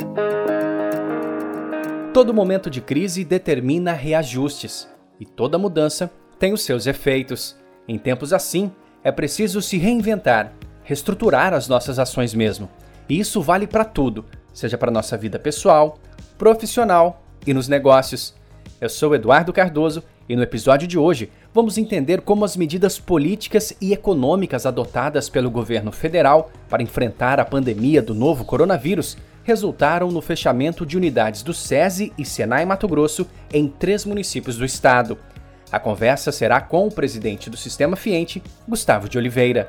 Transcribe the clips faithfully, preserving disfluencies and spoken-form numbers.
Todo momento de crise determina reajustes, e toda mudança tem os seus efeitos. Em tempos assim, é preciso se reinventar, reestruturar as nossas ações mesmo. E isso vale para tudo, seja para nossa vida pessoal, profissional e nos negócios. Eu sou Eduardo Cardoso e no episódio de hoje vamos entender como as medidas políticas e econômicas adotadas pelo governo federal para enfrentar a pandemia do novo coronavírus resultaram no fechamento de unidades do SESI e Senai Mato Grosso em três municípios do estado. A conversa será com o presidente do Sistema Fiente, Gustavo de Oliveira.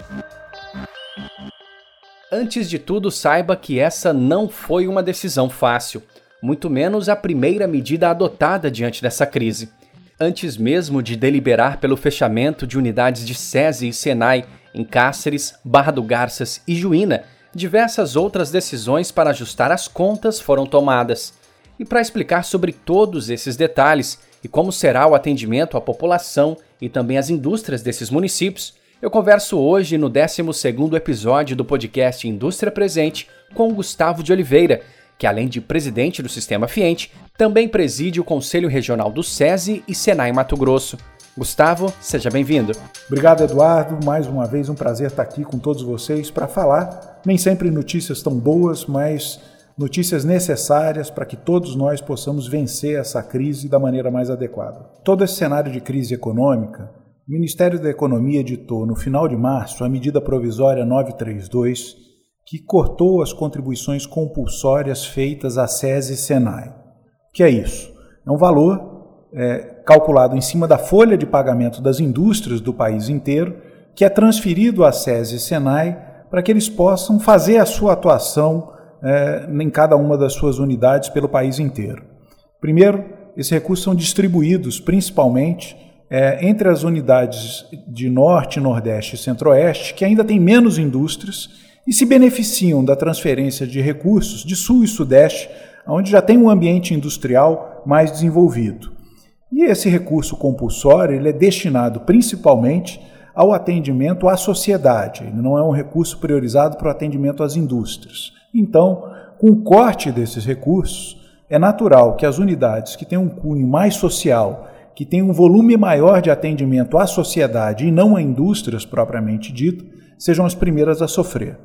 Antes de tudo, saiba que essa não foi uma decisão fácil, muito menos a primeira medida adotada diante dessa crise. Antes mesmo de deliberar pelo fechamento de unidades de SESI e Senai em Cáceres, Barra do Garças e Juína, diversas outras decisões para ajustar as contas foram tomadas. E para explicar sobre todos esses detalhes e como será o atendimento à população e também às indústrias desses municípios, eu converso hoje no décimo segundo episódio do podcast Indústria Presente com Gustavo de Oliveira, que além de presidente do Sistema Fiente, também preside o Conselho Regional do SESI e Senai Mato Grosso. Gustavo, seja bem-vindo. Obrigado, Eduardo. Mais uma vez um prazer estar aqui com todos vocês para falar, nem sempre notícias tão boas, mas notícias necessárias para que todos nós possamos vencer essa crise da maneira mais adequada. Todo esse cenário de crise econômica, o Ministério da Economia editou no final de março a medida provisória novecentos e trinta e dois, que cortou as contribuições compulsórias feitas à SESI e Senai. O que é isso? É um valor É, calculado em cima da folha de pagamento das indústrias do país inteiro, que é transferido à SESI e Senai para que eles possam fazer a sua atuação é, em cada uma das suas unidades pelo país inteiro. Primeiro, esses recursos são distribuídos principalmente é, entre as unidades de Norte, Nordeste e Centro-Oeste, que ainda têm menos indústrias e se beneficiam da transferência de recursos de Sul e Sudeste, onde já tem um ambiente industrial mais desenvolvido. E esse recurso compulsório ele é destinado principalmente ao atendimento à sociedade, ele não é um recurso priorizado para o atendimento às indústrias. Então, com o corte desses recursos, é natural que as unidades que têm um cunho mais social, que têm um volume maior de atendimento à sociedade e não a indústrias propriamente dito, sejam as primeiras a sofrer.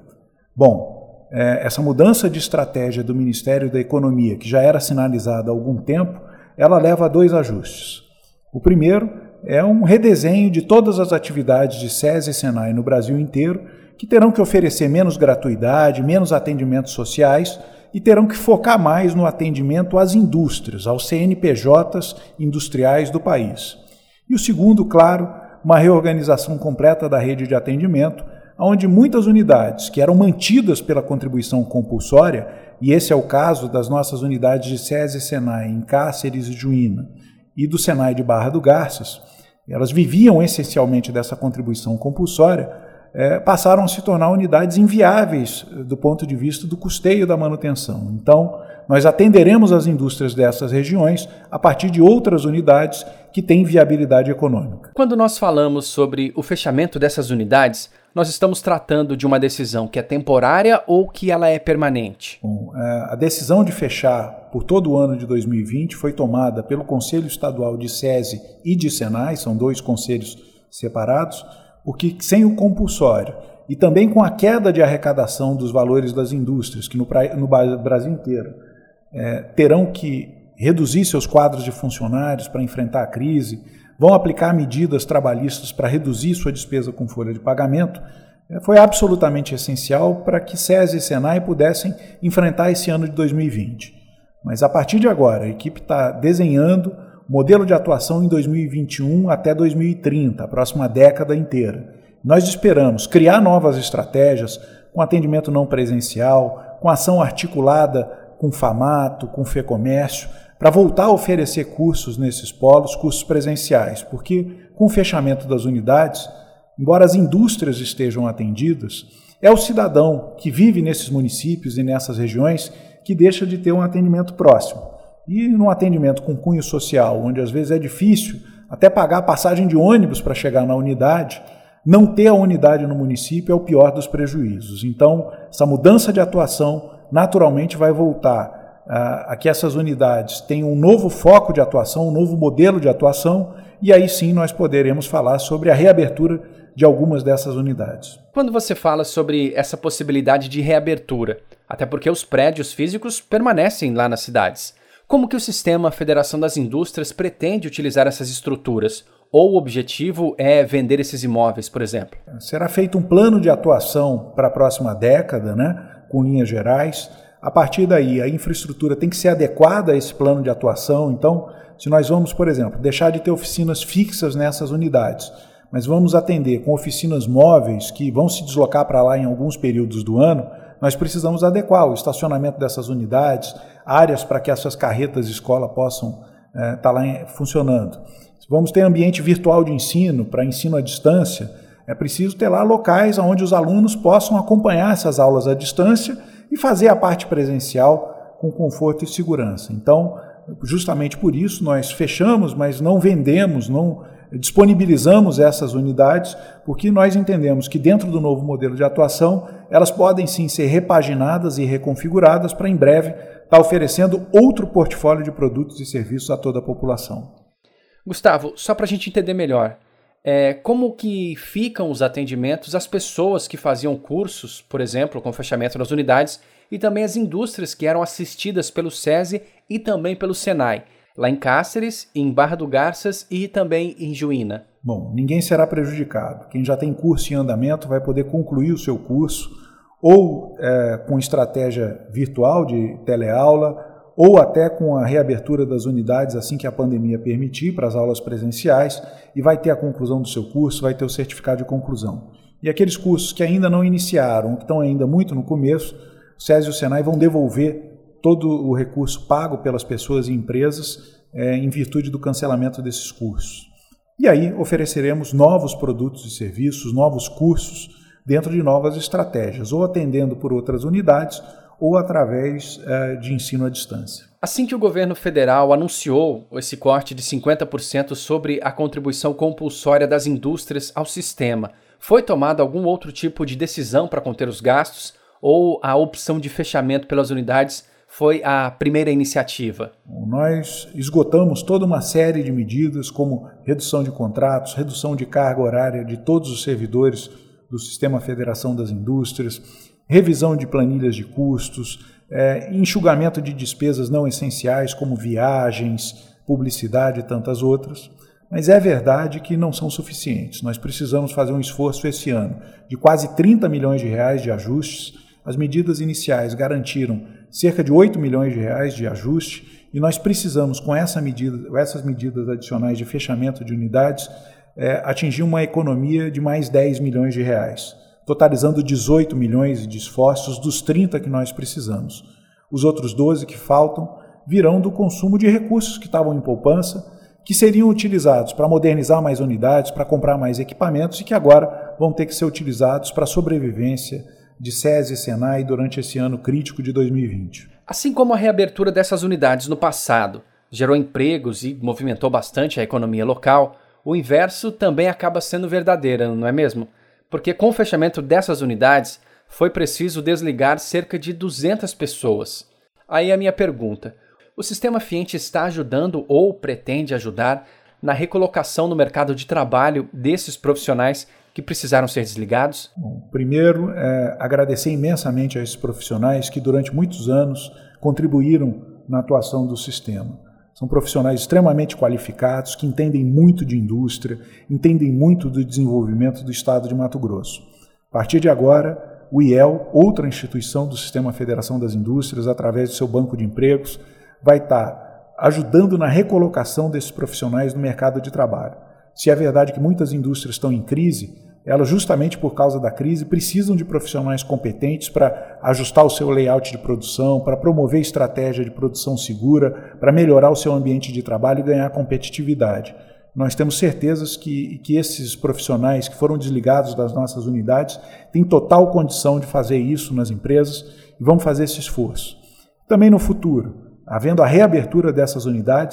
Bom, essa mudança de estratégia do Ministério da Economia, que já era sinalizada há algum tempo, ela leva a dois ajustes. O primeiro é um redesenho de todas as atividades de SESI e Senai no Brasil inteiro, que terão que oferecer menos gratuidade, menos atendimentos sociais e terão que focar mais no atendimento às indústrias, aos C N P Js industriais do país. E o segundo, claro, uma reorganização completa da rede de atendimento, onde muitas unidades que eram mantidas pela contribuição compulsória, e esse é o caso das nossas unidades de SESI e Senai em Cáceres e Juína e do Senai de Barra do Garças, elas viviam essencialmente dessa contribuição compulsória, é, passaram a se tornar unidades inviáveis do ponto de vista do custeio da manutenção. Então, nós atenderemos as indústrias dessas regiões a partir de outras unidades que têm viabilidade econômica. Quando nós falamos sobre o fechamento dessas unidades, nós estamos tratando de uma decisão que é temporária ou que ela é permanente? Bom, a decisão de fechar por todo o ano de dois mil e vinte foi tomada pelo Conselho Estadual de SESI e de Senai, são dois conselhos separados, porque sem o compulsório e também com a queda de arrecadação dos valores das indústrias, que no, no Brasil inteiro é, terão que reduzir seus quadros de funcionários para enfrentar a crise, vão aplicar medidas trabalhistas para reduzir sua despesa com folha de pagamento, foi absolutamente essencial para que SESI e Senai pudessem enfrentar esse ano de dois mil e vinte. Mas a partir de agora, a equipe está desenhando modelo de atuação em dois mil e vinte e um até dois mil e trinta, a próxima década inteira. Nós esperamos criar novas estratégias com atendimento não presencial, com ação articulada com FAMATO, com FEComércio, para voltar a oferecer cursos nesses polos, cursos presenciais, porque com o fechamento das unidades, embora as indústrias estejam atendidas, é o cidadão que vive nesses municípios e nessas regiões que deixa de ter um atendimento próximo. E num atendimento com cunho social, onde às vezes é difícil até pagar a passagem de ônibus para chegar na unidade, não ter a unidade no município é o pior dos prejuízos. Então, essa mudança de atuação naturalmente vai voltar a, a que essas unidades tenham um novo foco de atuação, um novo modelo de atuação, e aí sim nós poderemos falar sobre a reabertura de algumas dessas unidades. Quando você fala sobre essa possibilidade de reabertura, até porque os prédios físicos permanecem lá nas cidades, como que o sistema Federação das Indústrias pretende utilizar essas estruturas? Ou o objetivo é vender esses imóveis, por exemplo? Será feito um plano de atuação para a próxima década, né, com linhas gerais. A partir daí, a infraestrutura tem que ser adequada a esse plano de atuação. Então, se nós vamos, por exemplo, deixar de ter oficinas fixas nessas unidades, mas vamos atender com oficinas móveis que vão se deslocar para lá em alguns períodos do ano, nós precisamos adequar o estacionamento dessas unidades, áreas para que essas carretas de escola possam é, estar lá em, funcionando. Vamos ter ambiente virtual de ensino, para ensino à distância, é preciso ter lá locais onde os alunos possam acompanhar essas aulas à distância e fazer a parte presencial com conforto e segurança. Então, justamente por isso, nós fechamos, mas não vendemos, não disponibilizamos essas unidades, porque nós entendemos que dentro do novo modelo de atuação, elas podem sim ser repaginadas e reconfiguradas para em breve estar oferecendo outro portfólio de produtos e serviços a toda a população. Gustavo, só para a gente entender melhor, é, como que ficam os atendimentos às pessoas que faziam cursos, por exemplo, com o fechamento das unidades, e também as indústrias que eram assistidas pelo SESI e também pelo SENAI, lá em Cáceres, em Barra do Garças e também em Juína? Bom, ninguém será prejudicado. Quem já tem curso em andamento vai poder concluir o seu curso, ou é, com estratégia virtual de teleaula, ou até com a reabertura das unidades assim que a pandemia permitir para as aulas presenciais, e vai ter a conclusão do seu curso, vai ter o certificado de conclusão. E aqueles cursos que ainda não iniciaram, que estão ainda muito no começo, o SESI e o SENAI vão devolver todo o recurso pago pelas pessoas e empresas é, em virtude do cancelamento desses cursos. E aí ofereceremos novos produtos e serviços, novos cursos, dentro de novas estratégias, ou atendendo por outras unidades, ou através eh, de ensino à distância. Assim que o governo federal anunciou esse corte de cinquenta por cento sobre a contribuição compulsória das indústrias ao sistema, foi tomado algum outro tipo de decisão para conter os gastos, ou a opção de fechamento pelas unidades foi a primeira iniciativa? Nós esgotamos toda uma série de medidas, como redução de contratos, redução de carga horária de todos os servidores do Sistema Federação das Indústrias, revisão de planilhas de custos, é, enxugamento de despesas não essenciais, como viagens, publicidade e tantas outras. Mas é verdade que não são suficientes. Nós precisamos fazer um esforço esse ano de quase trinta milhões de reais de ajustes. As medidas iniciais garantiram cerca de oito milhões de reais de ajuste e nós precisamos, com essa medida, essas medidas adicionais de fechamento de unidades, é, atingir uma economia de mais dez milhões de reais. Totalizando dezoito milhões de esforços dos trinta que nós precisamos. Os outros doze que faltam virão do consumo de recursos que estavam em poupança, que seriam utilizados para modernizar mais unidades, para comprar mais equipamentos e que agora vão ter que ser utilizados para a sobrevivência de SESI e SENAI durante esse ano crítico de dois mil e vinte. Assim como a reabertura dessas unidades no passado gerou empregos e movimentou bastante a economia local, o inverso também acaba sendo verdadeiro, não é mesmo? Porque com o fechamento dessas unidades, foi preciso desligar cerca de duzentas pessoas. Aí a minha pergunta, o Sistema Fiente está ajudando ou pretende ajudar na recolocação no mercado de trabalho desses profissionais que precisaram ser desligados? Bom, primeiro, é, agradecer imensamente a esses profissionais que durante muitos anos contribuíram na atuação do sistema. São profissionais extremamente qualificados, que entendem muito de indústria, entendem muito do desenvolvimento do estado de Mato Grosso. A partir de agora, o I E L, outra instituição do Sistema Federação das Indústrias, através do seu banco de empregos, vai estar ajudando na recolocação desses profissionais no mercado de trabalho. Se é verdade que muitas indústrias estão em crise, elas, justamente por causa da crise, precisam de profissionais competentes para ajustar o seu layout de produção, para promover estratégia de produção segura, para melhorar o seu ambiente de trabalho e ganhar competitividade. Nós temos certezas que, que esses profissionais que foram desligados das nossas unidades têm total condição de fazer isso nas empresas e vão fazer esse esforço. Também no futuro, havendo a reabertura dessas unidades,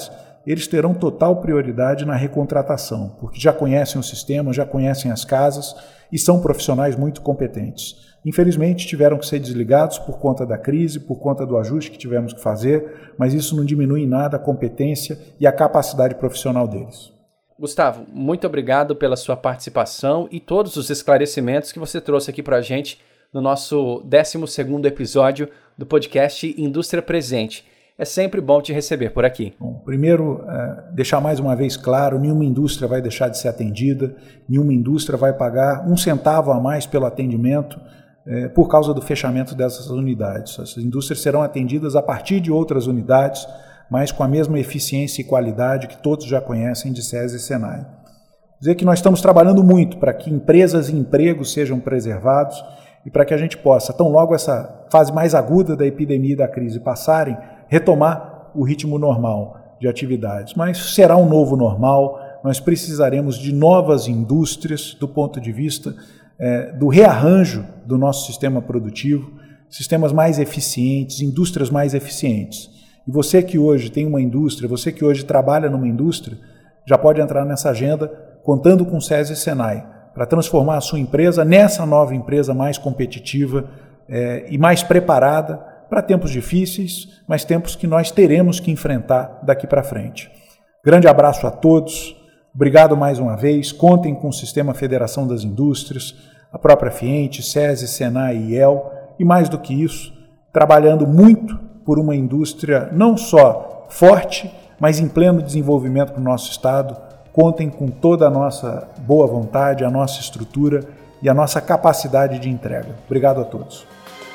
eles terão total prioridade na recontratação, porque já conhecem o sistema, já conhecem as casas e são profissionais muito competentes. Infelizmente, tiveram que ser desligados por conta da crise, por conta do ajuste que tivemos que fazer, mas isso não diminui em nada a competência e a capacidade profissional deles. Gustavo, muito obrigado pela sua participação e todos os esclarecimentos que você trouxe aqui para a gente no nosso décimo segundo episódio do podcast Indústria Presente. É sempre bom te receber por aqui. Bom, primeiro, é, deixar mais uma vez claro, nenhuma indústria vai deixar de ser atendida, nenhuma indústria vai pagar um centavo a mais pelo atendimento é, por causa do fechamento dessas unidades. Essas indústrias serão atendidas a partir de outras unidades, mas com a mesma eficiência e qualidade que todos já conhecem de SESI e SENAI. Dizer que nós estamos trabalhando muito para que empresas e empregos sejam preservados e para que a gente possa, tão logo essa fase mais aguda da epidemia e da crise passarem, retomar o ritmo normal de atividades. Mas será um novo normal, nós precisaremos de novas indústrias do ponto de vista é, do rearranjo do nosso sistema produtivo, sistemas mais eficientes, indústrias mais eficientes. E você que hoje tem uma indústria, você que hoje trabalha numa indústria, já pode entrar nessa agenda contando com o SESI e SENAI, para transformar a sua empresa nessa nova empresa mais competitiva é, e mais preparada para tempos difíceis, mas tempos que nós teremos que enfrentar daqui para frente. Grande abraço a todos, obrigado mais uma vez, contem com o Sistema Federação das Indústrias, a própria FIENTE, SESI, SENAI e I E L, e mais do que isso, trabalhando muito por uma indústria não só forte, mas em pleno desenvolvimento para o nosso Estado. Contem com toda a nossa boa vontade, a nossa estrutura e a nossa capacidade de entrega. Obrigado a todos.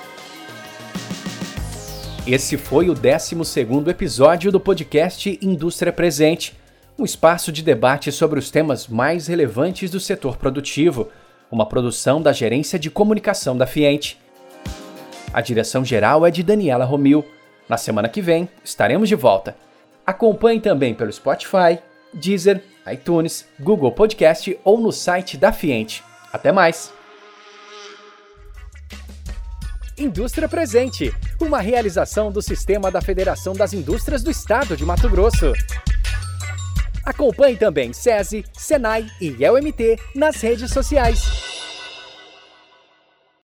Esse foi o décimo segundo episódio do podcast Indústria Presente, um espaço de debate sobre os temas mais relevantes do setor produtivo, uma produção da Gerência de Comunicação da FIENTE. A direção-geral é de Daniela Romil. Na semana que vem, estaremos de volta. Acompanhe também pelo Spotify, Deezer, iTunes, Google Podcast ou no site da FIENTE. Até mais! Indústria Presente, uma realização do Sistema da Federação das Indústrias do Estado de Mato Grosso. Acompanhe também SESI, SENAI e I E L M T nas redes sociais.